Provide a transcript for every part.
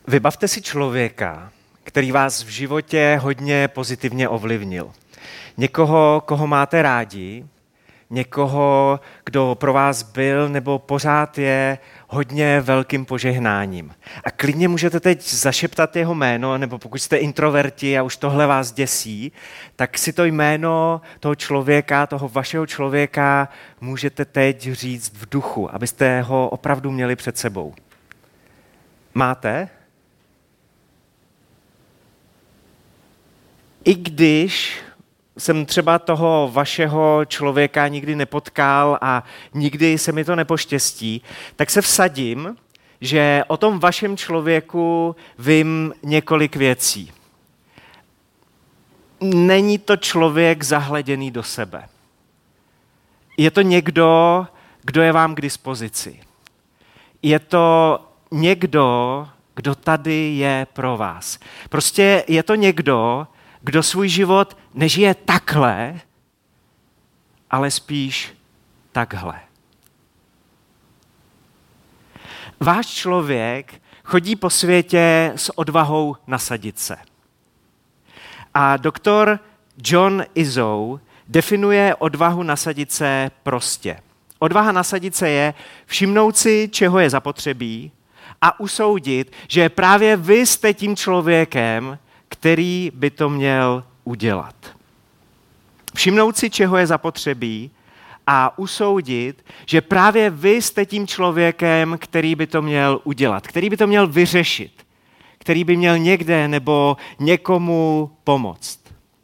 Vybavte si člověka, který vás v životě hodně pozitivně ovlivnil. Někoho, koho máte rádi, někoho, kdo pro vás byl nebo pořád je hodně velkým požehnáním. A klidně můžete teď zašeptat jeho jméno, nebo pokud jste introverti a už tohle vás děsí, tak si to jméno toho člověka, toho vašeho člověka můžete teď říct v duchu, abyste ho opravdu měli před sebou. Máte? I když jsem třeba toho vašeho člověka nikdy nepotkal a nikdy se mi to nepoštěstí, tak se vsadím, že o tom vašem člověku vím několik věcí. Není to člověk zahleděný do sebe. Je to někdo, kdo je vám k dispozici. Je to někdo, kdo tady je pro vás. Prostě je to někdo, kdo svůj život nežije takhle, ale spíš takhle. Váš člověk chodí po světě s odvahou nasadit se. A doktor John Izzo definuje odvahu nasadit se prostě. Odvaha nasadit se je všimnout si, čeho je zapotřebí a usoudit, že právě vy jste tím člověkem, který by to měl udělat. Všimnout si, čeho je zapotřebí a usoudit, že právě vy jste tím člověkem, který by to měl udělat, který by to měl vyřešit, který by měl někde nebo někomu pomoct.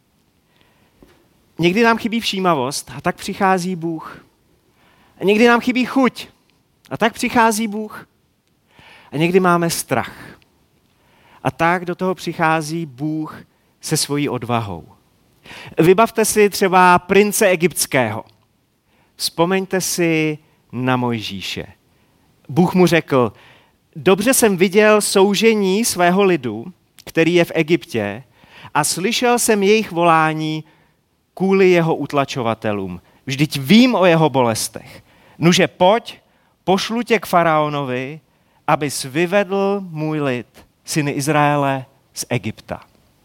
Někdy nám chybí všímavost a tak přichází Bůh. A někdy nám chybí chuť a tak přichází Bůh. A někdy máme strach. A tak do toho přichází Bůh se svojí odvahou. Vybavte si třeba prince egyptského. Vzpomeňte si na Mojžíše. Bůh mu řekl, dobře jsem viděl soužení svého lidu, který je v Egyptě, a slyšel jsem jejich volání kvůli jeho utlačovatelům. Vždyť vím o jeho bolestech. Nuže pojď, pošlu tě k faraonovi, abys vyvedl můj lid, syny Izraele, z Egypta.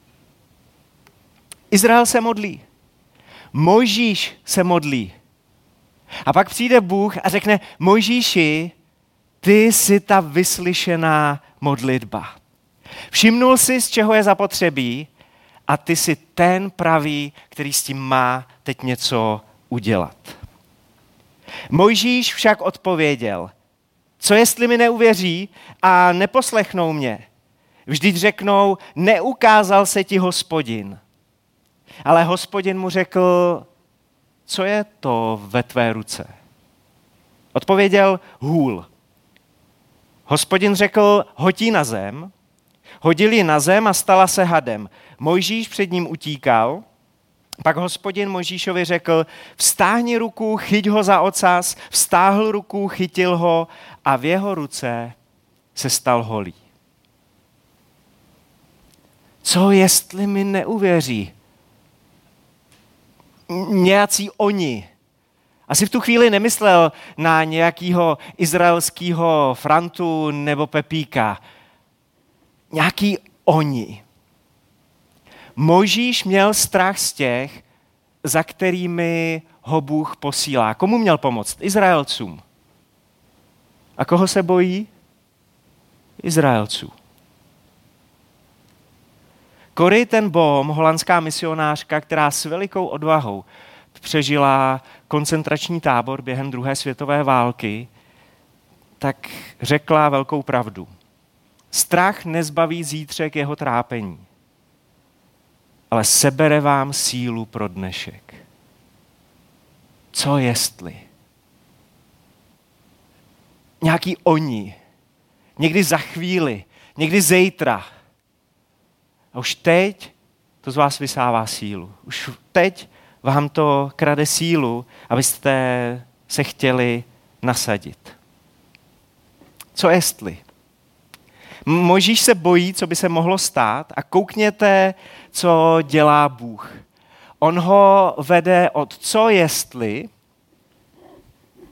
Izrael se modlí. Mojžíš se modlí. A pak přijde Bůh a řekne, Mojžíši, ty jsi ta vyslyšená modlitba. Všimnul jsi, z čeho je zapotřebí a ty jsi ten pravý, který s tím má teď něco udělat. Mojžíš však odpověděl, co jestli mi neuvěří a neposlechnou mě? Vždyť řeknou, neukázal se ti Hospodin. Ale Hospodin mu řekl, co je to ve tvé ruce? Odpověděl, hůl. Hospodin řekl, hoď ji na zem. Hodil ji na zem a stala se hadem. Mojžíš před ním utíkal. Pak Hospodin Mojžíšovi řekl, vztáhni ruku, chyť ho za ocas, vztáhl ruku, chytil ho a v jeho ruce se stal holý. Co jestli mi neuvěří? Nějací oni. Asi v tu chvíli nemyslel na nějakého izraelského Frantu nebo Pepíka. Nějaký oni. Mojžíš měl strach z těch, za kterými ho Bůh posílá. Komu měl pomoct? Izraelcům. A koho se bojí? Izraelců. Corrie ten Boom, holandská misionářka, která s velikou odvahou přežila koncentrační tábor během druhé světové války, tak řekla velkou pravdu. Strach nezbaví zítřek jeho trápení, ale sebere vám sílu pro dnešek. Co jestli? Nějaký oni, někdy za chvíli, někdy zítra. A už teď to z vás vysává sílu. Už teď vám to krade sílu, abyste se chtěli nasadit. Co jestli? Mojžíš se bojí, co by se mohlo stát a koukněte, co dělá Bůh. On ho vede od co jestli.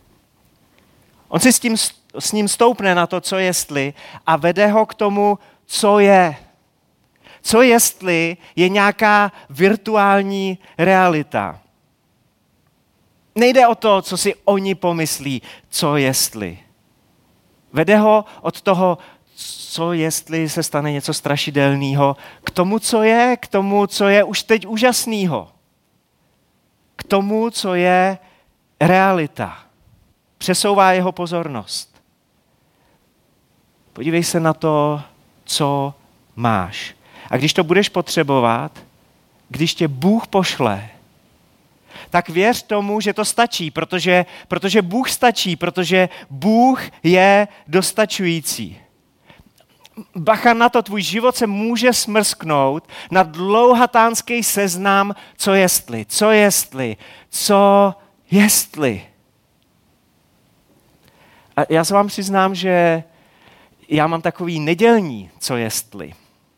On si s ním stoupne na to, co jestli a vede ho k tomu, co je. Co jestli je nějaká virtuální realita. Nejde o to, co si oni pomyslí, co jestli. Vede ho od toho, co jestli se stane něco strašidelného, k tomu, co je už teď úžasného. K tomu, co je realita. Přesouvá jeho pozornost. Podívej se na to, co máš. A když to budeš potřebovat, když tě Bůh pošle, tak věř tomu, že to stačí, protože Bůh stačí, protože Bůh je dostačující. Bacha na to, tvůj život se může smrsknout na dlouhatánský seznam, co jestli. A já se vám přiznám, že já mám takový nedělní, co jestli.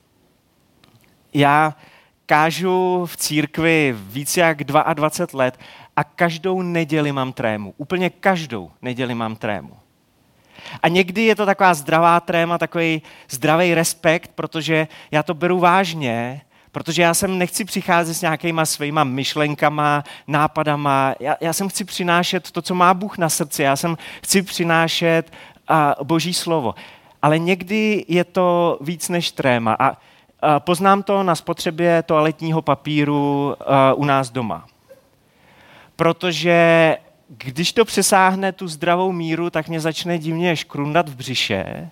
Já kážu v církvi víc jak 22 let a každou neděli mám trému. Úplně každou neděli mám trému. A někdy je to taková zdravá tréma, takový zdravý respekt, protože já to beru vážně, protože já sem nechci přicházet s nějakýma svýma myšlenkama, nápadama. Já sem chci přinášet to, co má Bůh na srdci. Já sem chci přinášet Boží slovo. Ale někdy je to víc než tréma. A poznám to na spotřebě toaletního papíru u nás doma. Protože když to přesáhne tu zdravou míru, tak mě začne divně škrundat v břiše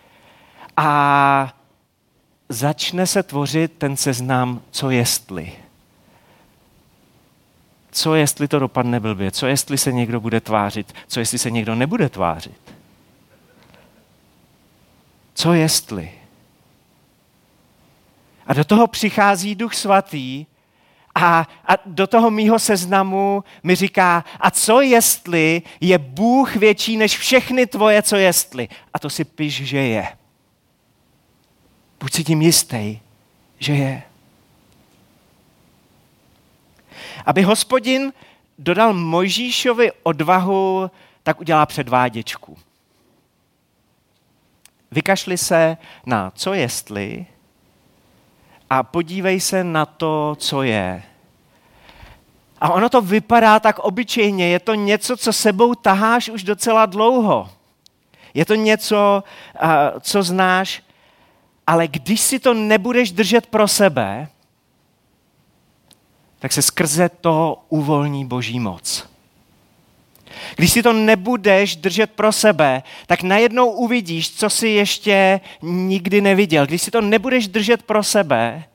a začne se tvořit ten seznam, co jestli. Co jestli to dopadne blbě, co jestli se někdo bude tvářit, co jestli se někdo nebude tvářit. Co jestli. A do toho přichází Duch Svatý a do toho mýho seznamu mi říká, a co jestli je Bůh větší než všechny tvoje co jestli. A to si piš, že je. Buď si tím jistý, že je. Aby Hospodin dodal Mojžíšovi odvahu, tak udělá předváděčku. Vykašli se na co jestli a podívej se na to, co je. A ono to vypadá tak obyčejně, je to něco, co sebou taháš už docela dlouho. Je to něco, co znáš, ale když si to nebudeš držet pro sebe, tak se skrze to uvolní Boží moc. Když si to nebudeš držet pro sebe, tak najednou uvidíš, co jsi ještě nikdy neviděl. Když si to nebudeš držet pro sebe,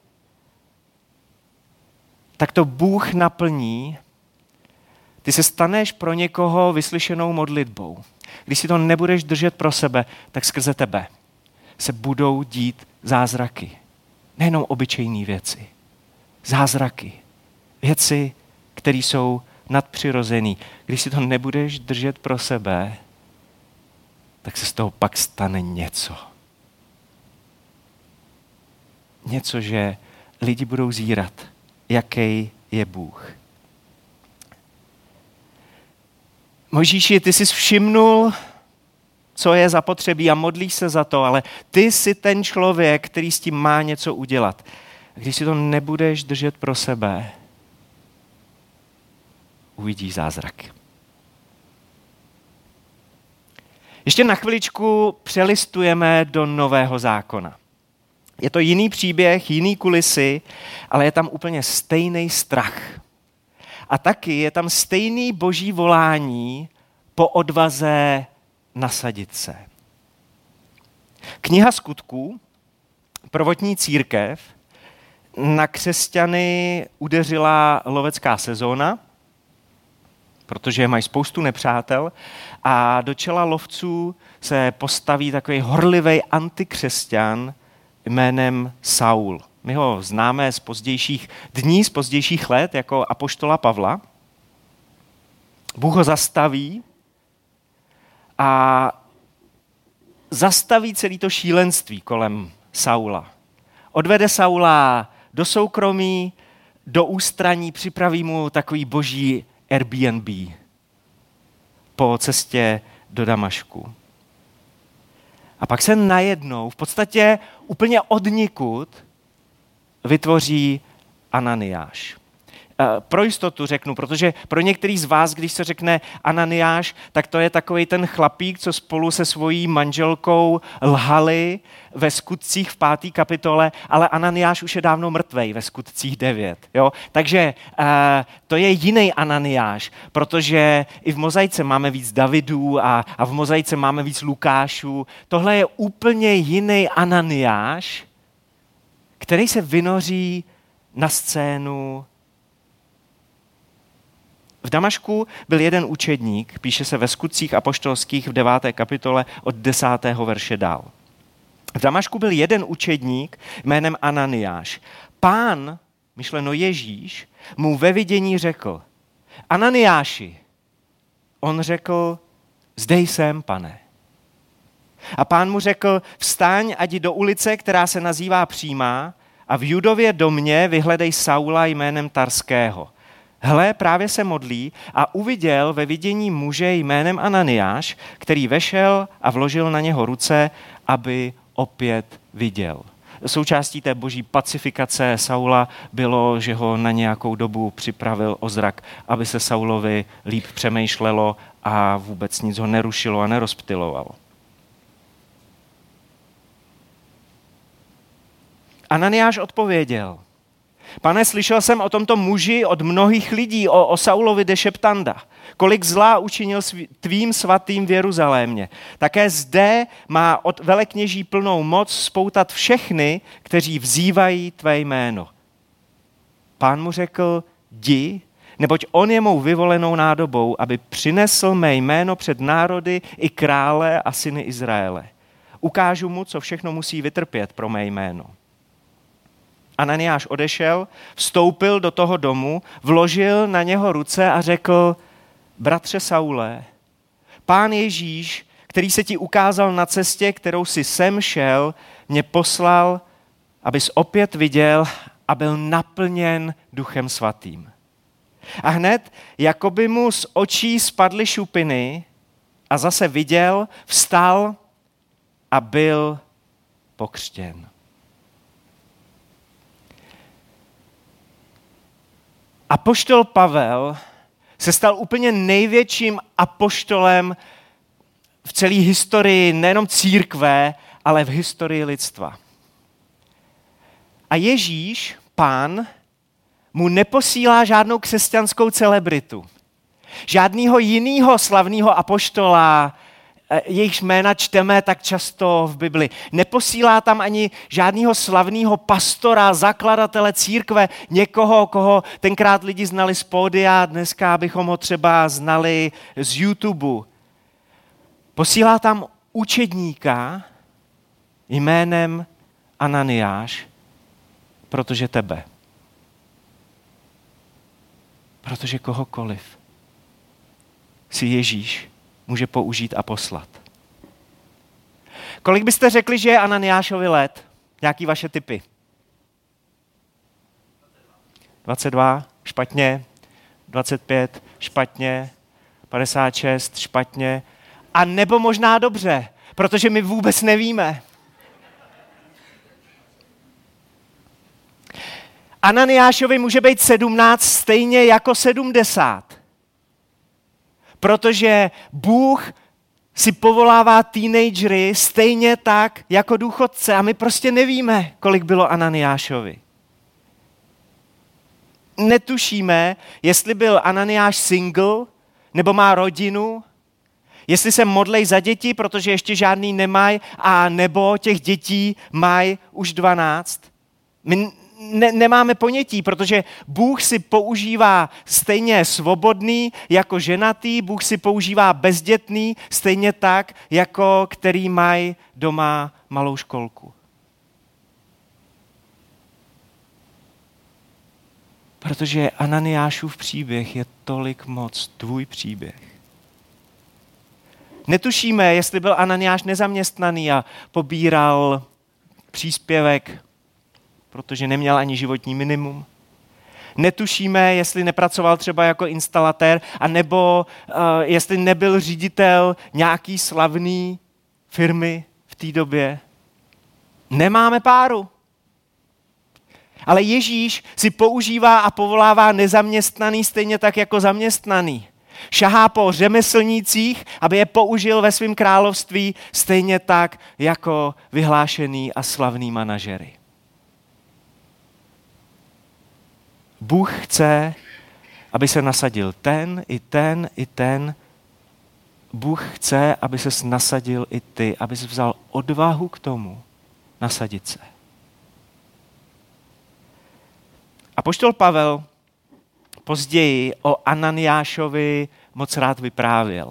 tak to Bůh naplní. Ty se staneš pro někoho vyslyšenou modlitbou. Když si to nebudeš držet pro sebe, tak skrze tebe se budou dít zázraky. Nejenom obyčejné věci. Zázraky. Věci, které jsou nadpřirozený. Když si to nebudeš držet pro sebe, tak se z toho pak stane něco. Něco, že lidi budou zírat, jaký je Bůh. Mojžíši, ty jsi všimnul, co je zapotřebí a modlíš se za to, ale ty jsi ten člověk, který s tím má něco udělat. Když si to nebudeš držet pro sebe, uvidíš zázrak. Ještě na chviličku přelistujeme do Nového zákona. Je to jiný příběh, jiný kulisy, ale je tam úplně stejný strach. A taky je tam stejný Boží volání po odvaze nasadit se. Kniha Skutků, prvotní církev, na křesťany udeřila lovecká sezóna, protože mají spoustu nepřátel a do čela lovců se postaví takový horlivý antikřesťan jménem Saul. My ho známe z pozdějších dní, z pozdějších let jako apoštola Pavla. Bůh ho zastaví a zastaví celé to šílenství kolem Saula. Odvede Saula do soukromí, do ústraní, připraví mu takový boží Airbnb po cestě do Damašku. A pak se najednou, v podstatě úplně odnikud, vytvoří Ananiáš. Pro jistotu řeknu, protože pro některý z vás, když se řekne Ananiáš, tak to je takovej ten chlapík, co spolu se svojí manželkou lhali ve Skutcích v 5. kapitole, ale Ananiáš už je dávno mrtvej ve Skutcích 9. Jo? Takže to je jiný Ananiáš, protože i v Mozaice máme víc Davidů a v Mozaice máme víc Lukášů. Tohle je úplně jiný Ananiáš, který se vynoří na scénu. V Damašku byl jeden učedník, píše se ve Skutcích apoštolských v 9. kapitole od 10. verše dál. V Damašku byl jeden učedník jménem Ananiáš. Pán, myšleno Ježíš, mu ve vidění řekl: Ananiáši. On řekl: zde jsem, Pane. A pán mu řekl: vstaň a jdi do ulice, která se nazývá Přímá, a v Judově domě vyhledej Saula jménem Tarského. Hle, právě se modlí a uviděl ve vidění muže jménem Ananiáš, který vešel a vložil na něho ruce, aby opět viděl. Součástí té boží pacifikace Saula bylo, že ho na nějakou dobu připravil o zrak, aby se Saulovi líp přemýšlelo a vůbec nic ho nerušilo a nerozptylovalo. Ananiáš odpověděl: Pane, slyšel jsem o tomto muži od mnohých lidí, o Saulovi de Šeptanda. Kolik zla učinil tvým svatým v Jeruzalémě. Také zde má od velekněží plnou moc spoutat všechny, kteří vzývají tvé jméno. Pán mu řekl: jdi, neboť on je mou vyvolenou nádobou, aby přinesl mé jméno před národy i krále a syny Izraele. Ukážu mu, co všechno musí vytrpět pro mé jméno. Ananiáš odešel, vstoupil do toho domu, vložil na něho ruce a řekl: bratře Saule, Pán Ježíš, který se ti ukázal na cestě, kterou si sem šel, mě poslal, abys opět viděl a byl naplněn Duchem Svatým. A hned, jako by mu z očí spadly šupiny a zase viděl, vstal a byl pokřtěn. Apoštol Pavel se stal úplně největším apoštolem v celé historii nejenom církve, ale v historii lidstva. A Ježíš, Pán, mu neposílá žádnou křesťanskou celebritu. Žádného jiného slavného apoštola, jejichž jména čteme tak často v Bibli. Neposílá tam ani žádného slavného pastora, zakladatele církve, někoho, koho tenkrát lidi znali z pódia, dneska bychom ho třeba znali z YouTube. Posílá tam učedníka jménem Ananiáš, protože tebe. Protože kohokoliv si Ježíš může použít a poslat. Kolik byste řekli, že je Ananiášovi let? Nějaký vaše tipy? 22, špatně. 25, špatně. 56, špatně. A nebo možná dobře, protože my vůbec nevíme. Ananiášovi může být 17 stejně jako 70. Protože Bůh si povolává teenagery stejně tak jako důchodce a my prostě nevíme, kolik bylo Ananiášovi. Netušíme, jestli byl Ananiáš single, nebo má rodinu, jestli se modlej za děti, protože ještě žádný nemají, a nebo těch dětí mají už 12. My nemáme ponětí, protože Bůh si používá stejně svobodný jako ženatý, Bůh si používá bezdětný stejně tak, jako který mají doma malou školku. Protože Ananiášův příběh je tolik moc tvůj příběh. Netušíme, jestli byl Ananiáš nezaměstnaný a pobíral příspěvek, protože neměl ani životní minimum. Netušíme, jestli nepracoval třeba jako instalatér, anebo jestli nebyl ředitel nějaký slavný firmy v té době? Nemáme páru. Ale Ježíš si používá a povolává nezaměstnaný stejně tak jako zaměstnaný. Šahá po řemeslnících, aby je použil ve svém království stejně tak jako vyhlášený a slavný manažery. Bůh chce, aby se nasadil ten, i ten, i ten. Bůh chce, aby ses nasadil i ty, aby jsi vzal odvahu k tomu nasadit se. Apoštol Pavel později o Ananiášovi moc rád vyprávěl.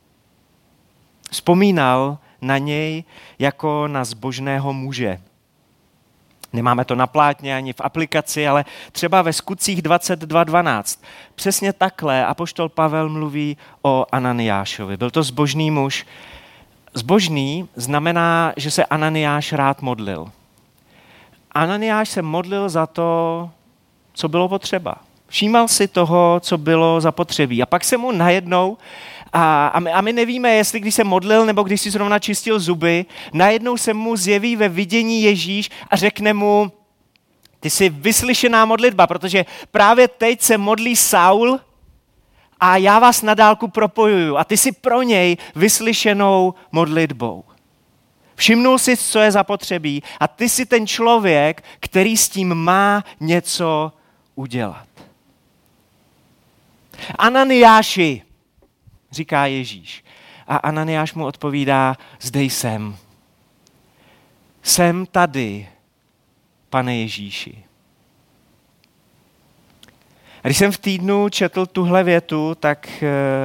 Vzpomínal na něj jako na zbožného muže. Nemáme to na plátně ani v aplikaci, ale třeba ve Skutcích 22:12. Přesně takhle apoštol Pavel mluví o Ananiášovi. Byl to zbožný muž. Zbožný znamená, že se Ananiáš rád modlil. Ananiáš se modlil za to, co bylo potřeba. Všímal si toho, co bylo zapotřebí. A pak se mu najednou, a my nevíme, jestli když se modlil, nebo když si zrovna čistil zuby, najednou se mu zjeví ve vidění Ježíš a řekne mu, ty jsi vyslyšená modlitba, protože právě teď se modlí Saul a já vás na dálku propojuju a ty jsi pro něj vyslyšenou modlitbou. Všimnul jsi, co je zapotřebí a ty jsi ten člověk, který s tím má něco udělat. Ananiáši, říká Ježíš. A Ananiáš mu odpovídá, zde jsem. Jsem tady, pane Ježíši. A když jsem v týdnu četl tuhle větu, tak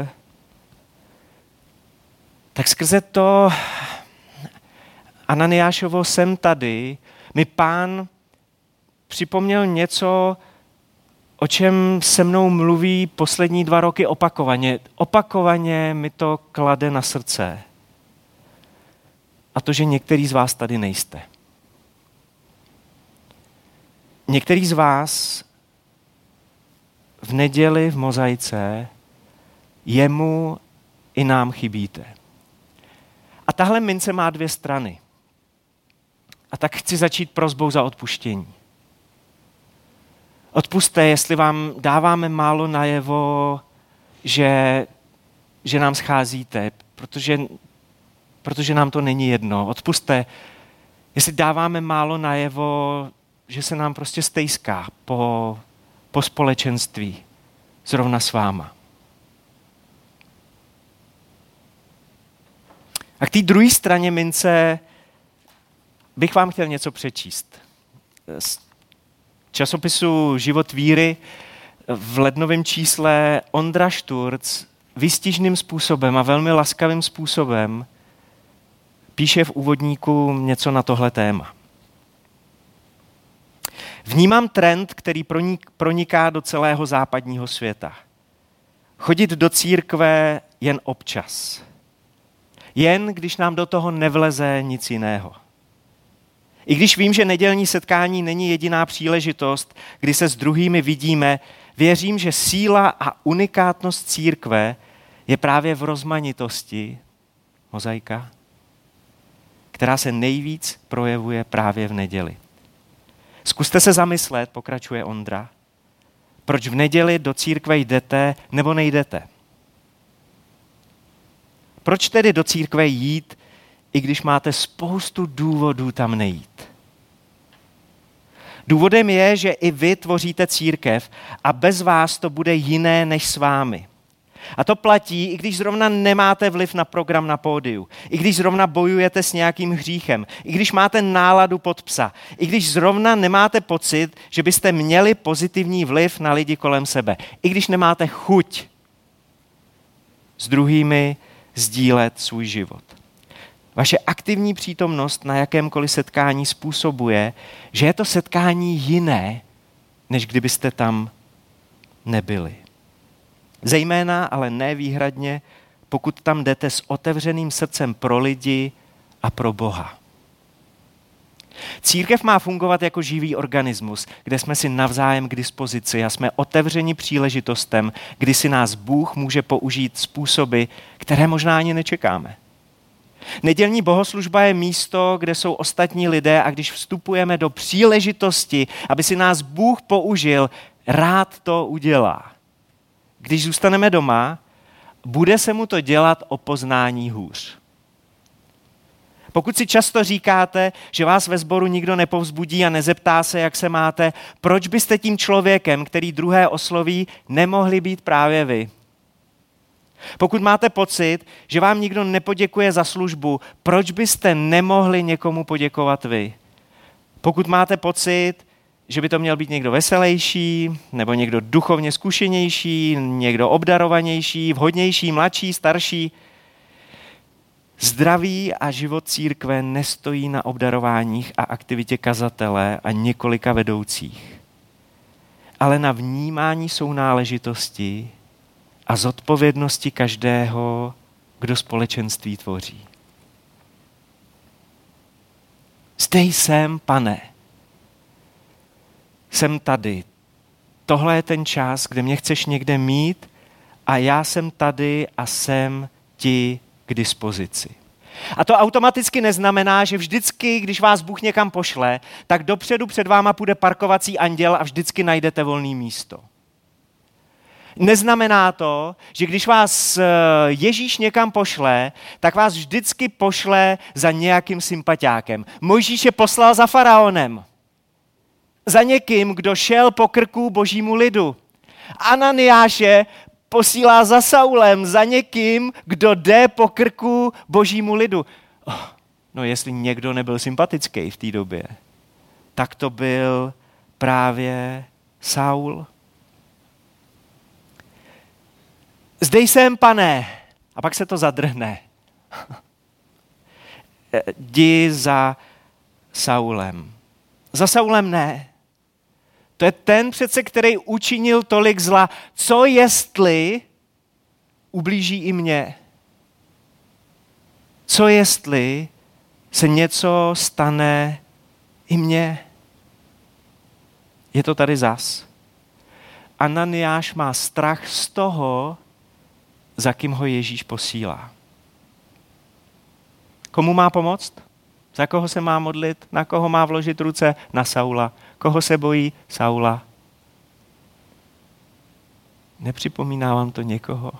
skrze to Ananiášovo jsem tady mi Pán připomněl něco, o čem se mnou mluví poslední 2 roky opakovaně. Opakovaně mi to klade na srdce. A to, že některý z vás tady nejste. Některý z vás v neděli v Mozaice jemu i nám chybíte. A tahle mince má 2 strany. A tak chci začít prosbou za odpuštění. Odpusťte, jestli vám dáváme málo najevo, že nám scházíte, protože nám to není jedno. Odpusťte, jestli dáváme málo najevo, že se nám prostě stejská po společenství zrovna s váma. A k té druhé straně mince bych vám chtěl něco přečíst. Z časopisu Život víry v lednovém čísle Ondra Šturc výstižným způsobem a velmi laskavým způsobem píše v úvodníku něco na tohle téma. Vnímám trend, který proniká do celého západního světa. Chodit do církve jen občas. Jen když nám do toho nevleze nic jiného. I když vím, že nedělní setkání není jediná příležitost, kdy se s druhými vidíme, věřím, že síla a unikátnost církve je právě v rozmanitosti, mozaika, která se nejvíc projevuje právě v neděli. Zkuste se zamyslet, pokračuje Ondra, proč v neděli do církve jdete nebo nejdete. Proč tedy do církve jít, i když máte spoustu důvodů tam nejít? Důvodem je, že i vy tvoříte církev a bez vás to bude jiné než s vámi. A to platí, i když zrovna nemáte vliv na program na pódiu, i když zrovna bojujete s nějakým hříchem, i když máte náladu pod psa, i když zrovna nemáte pocit, že byste měli pozitivní vliv na lidi kolem sebe, i když nemáte chuť s druhými sdílet svůj život. Vaše aktivní přítomnost na jakémkoliv setkání způsobuje, že je to setkání jiné, než kdybyste tam nebyli. Zejména, ale ne výhradně, pokud tam jdete s otevřeným srdcem pro lidi a pro Boha. Církev má fungovat jako živý organismus, kde jsme si navzájem k dispozici a jsme otevřeni příležitostem, kdy si nás Bůh může použít způsoby, které možná ani nečekáme. Nedělní bohoslužba je místo, kde jsou ostatní lidé a když vstupujeme do příležitosti, aby si nás Bůh použil, rád to udělá. Když zůstaneme doma, bude se mu to dělat o poznání hůř. Pokud si často říkáte, že vás ve sboru nikdo nepovzbudí a nezeptá se, jak se máte, proč byste tím člověkem, který druhé osloví, nemohli být právě vy? Pokud máte pocit, že vám nikdo nepoděkuje za službu, proč byste nemohli někomu poděkovat vy? Pokud máte pocit, že by to měl být někdo veselější, nebo někdo duchovně zkušenější, někdo obdarovanější, vhodnější, mladší, starší, zdraví a život církve nestojí na obdarováních a aktivitě kazatele a několika vedoucích, ale na vnímání sounáležitosti a zodpovědnosti každého, kdo společenství tvoří. Zde jsem, Pane. Jsem tady. Tohle je ten čas, kde mě chceš někde mít a já jsem tady a jsem ti k dispozici. A to automaticky neznamená, že vždycky, když vás Bůh někam pošle, tak dopředu před váma půjde parkovací anděl a vždycky najdete volné místo. Neznamená to, že když vás Ježíš někam pošle, tak vás vždycky pošle za nějakým sympatiákem. Mojžíše poslal za faraonem. Za někým, kdo šel po krku božímu lidu. Ananiáše posílá za Saulem, za někým, kdo jde po krku božímu lidu. No jestli někdo nebyl sympatický v té době, tak to byl právě Saul. Zde jsem, Pane. A pak se to zadrhne. Jdi za Saulem. Za Saulem ne. To je ten přece, který učinil tolik zla. Co jestli ublíží i mně? Co jestli se něco stane i mně? Je to tady zas. Ananiáš má strach z toho, za kým ho Ježíš posílá. Komu má pomoct? Za koho se má modlit? Na koho má vložit ruce? Na Saula. Koho se bojí? Saula. Nepřipomíná vám to někoho?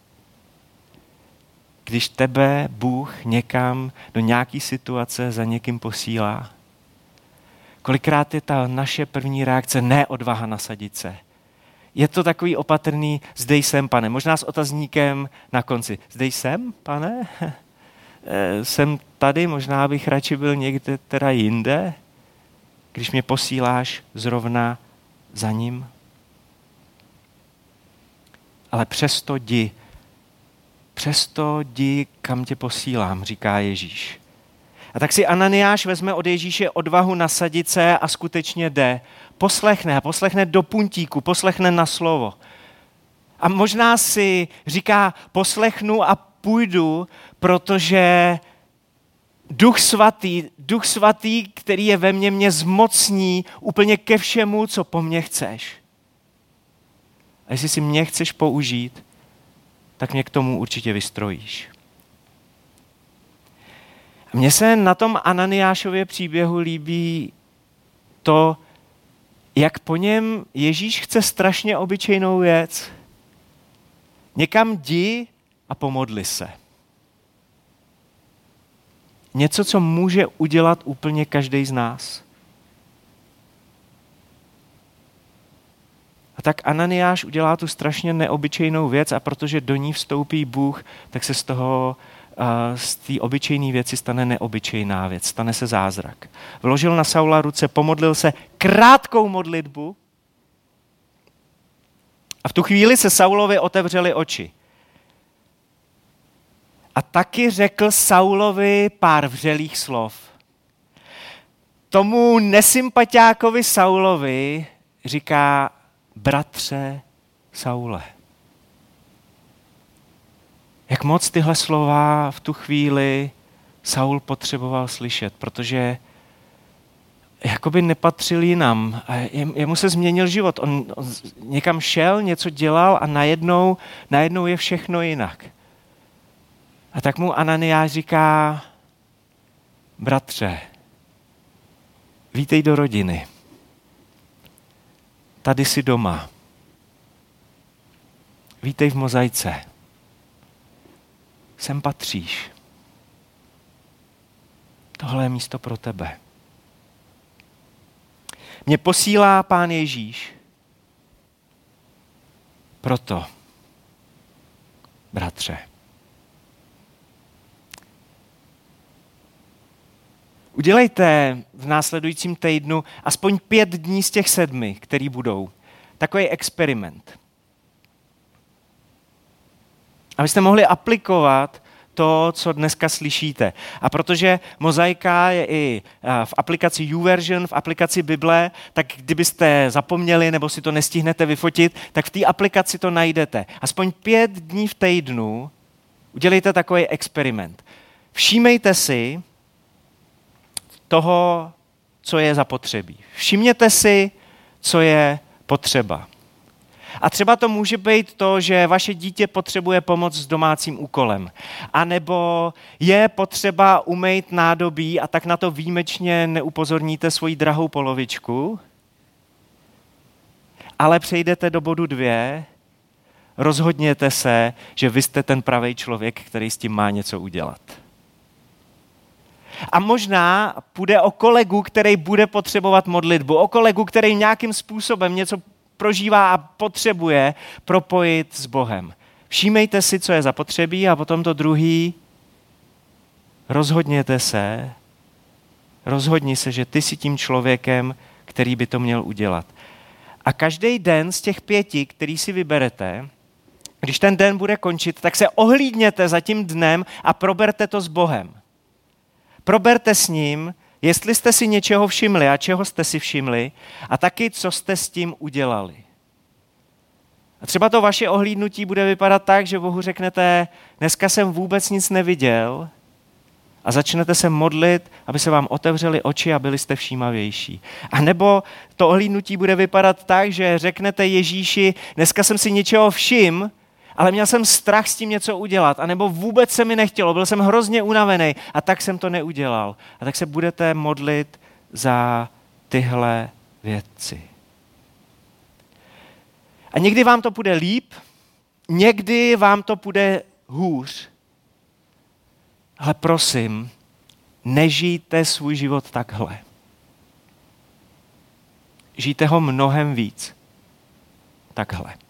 Když tebe Bůh někam do nějaký situace za někým posílá, kolikrát je ta naše první reakce ne odvaha nasadit se. Je to takový opatrný, zde jsem, Pane. Možná s otazníkem na konci. Zde jsem, Pane? Jsem tady, možná bych radši byl někde teda jinde, když mě posíláš zrovna za ním. Ale přesto jdi, kam tě posílám, říká Ježíš. A tak si Ananiáš vezme od Ježíše odvahu nasadit se a skutečně jde. Poslechne do puntíku, poslechne na slovo. A možná si říká, poslechnu a půjdu, protože Duch svatý, který je ve mně, mě zmocní úplně ke všemu, co po mně chceš. A jestli si mě chceš použít, tak mě k tomu určitě vystrojíš. Mně se na tom Ananiášově příběhu líbí to, jak po něm Ježíš chce strašně obyčejnou věc. Někam jdi a pomodli se. Něco, co může udělat úplně každý z nás. A tak Ananiáš udělá tu strašně neobyčejnou věc a protože do ní vstoupí Bůh, tak se z té obyčejné věci stane neobyčejná věc, stane se zázrak. Vložil na Saula ruce, pomodlil se krátkou modlitbu a v tu chvíli se Saulovi otevřely oči. A taky řekl Saulovi pár vřelých slov. Tomu nesympatiákovi Saulovi říká: bratře Saule. Jak moc tyhle slova v tu chvíli Saul potřeboval slyšet, protože jakoby nepatřil jinam. A jemu se změnil život. On někam šel, něco dělal a najednou je všechno jinak. A tak mu Ananiáš říká, bratře, vítej do rodiny. Tady jsi doma. Vítej v Mozaice. Sem patříš. Tohle je místo pro tebe. Mě posílá Pán Ježíš. Proto, bratře. Udělejte v následujícím týdnu aspoň 5 dní z těch 7, který budou. Takový experiment. Abyste mohli aplikovat to, co dneska slyšíte. A protože Mozaika je i v aplikaci YouVersion, v aplikaci Bible, tak kdybyste zapomněli nebo si to nestihnete vyfotit, tak v té aplikaci to najdete. Aspoň 5 dní v týdnu udělejte takový experiment. Všímejte si toho, co je zapotřebí. Všimněte si, co je potřeba. A třeba to může být to, že vaše dítě potřebuje pomoc s domácím úkolem. A nebo je potřeba umýt nádobí a tak na to výjimečně neupozorníte svoji drahou polovičku, ale přejdete do bodu 2, rozhodněte se, že vy jste ten pravý člověk, který s tím má něco udělat. A možná půjde o kolegu, který bude potřebovat modlitbu, o kolegu, který nějakým způsobem něco prožívá a potřebuje propojit s Bohem. Všímejte si, co je zapotřebí a potom to druhý, rozhodni se, že ty jsi tím člověkem, který by to měl udělat. A každý den z těch 5, který si vyberete, když ten den bude končit, tak se ohlídněte za tím dnem a proberte to s Bohem. Proberte s ním, jestli jste si něčeho všimli a čeho jste si všimli a taky, co jste s tím udělali. A třeba to vaše ohlídnutí bude vypadat tak, že Bohu řeknete, dneska jsem vůbec nic neviděl a začnete se modlit, aby se vám otevřely oči a byli jste všímavější. A nebo to ohlídnutí bude vypadat tak, že řeknete Ježíši, dneska jsem si něčeho všiml, ale měl jsem strach s tím něco udělat, anebo vůbec se mi nechtělo, byl jsem hrozně unavený a tak jsem to neudělal. A tak se budete modlit za tyhle věci. A někdy vám to půjde líp, někdy vám to půjde hůř. Ale prosím, nežijte svůj život takhle. Žijte ho mnohem víc takhle.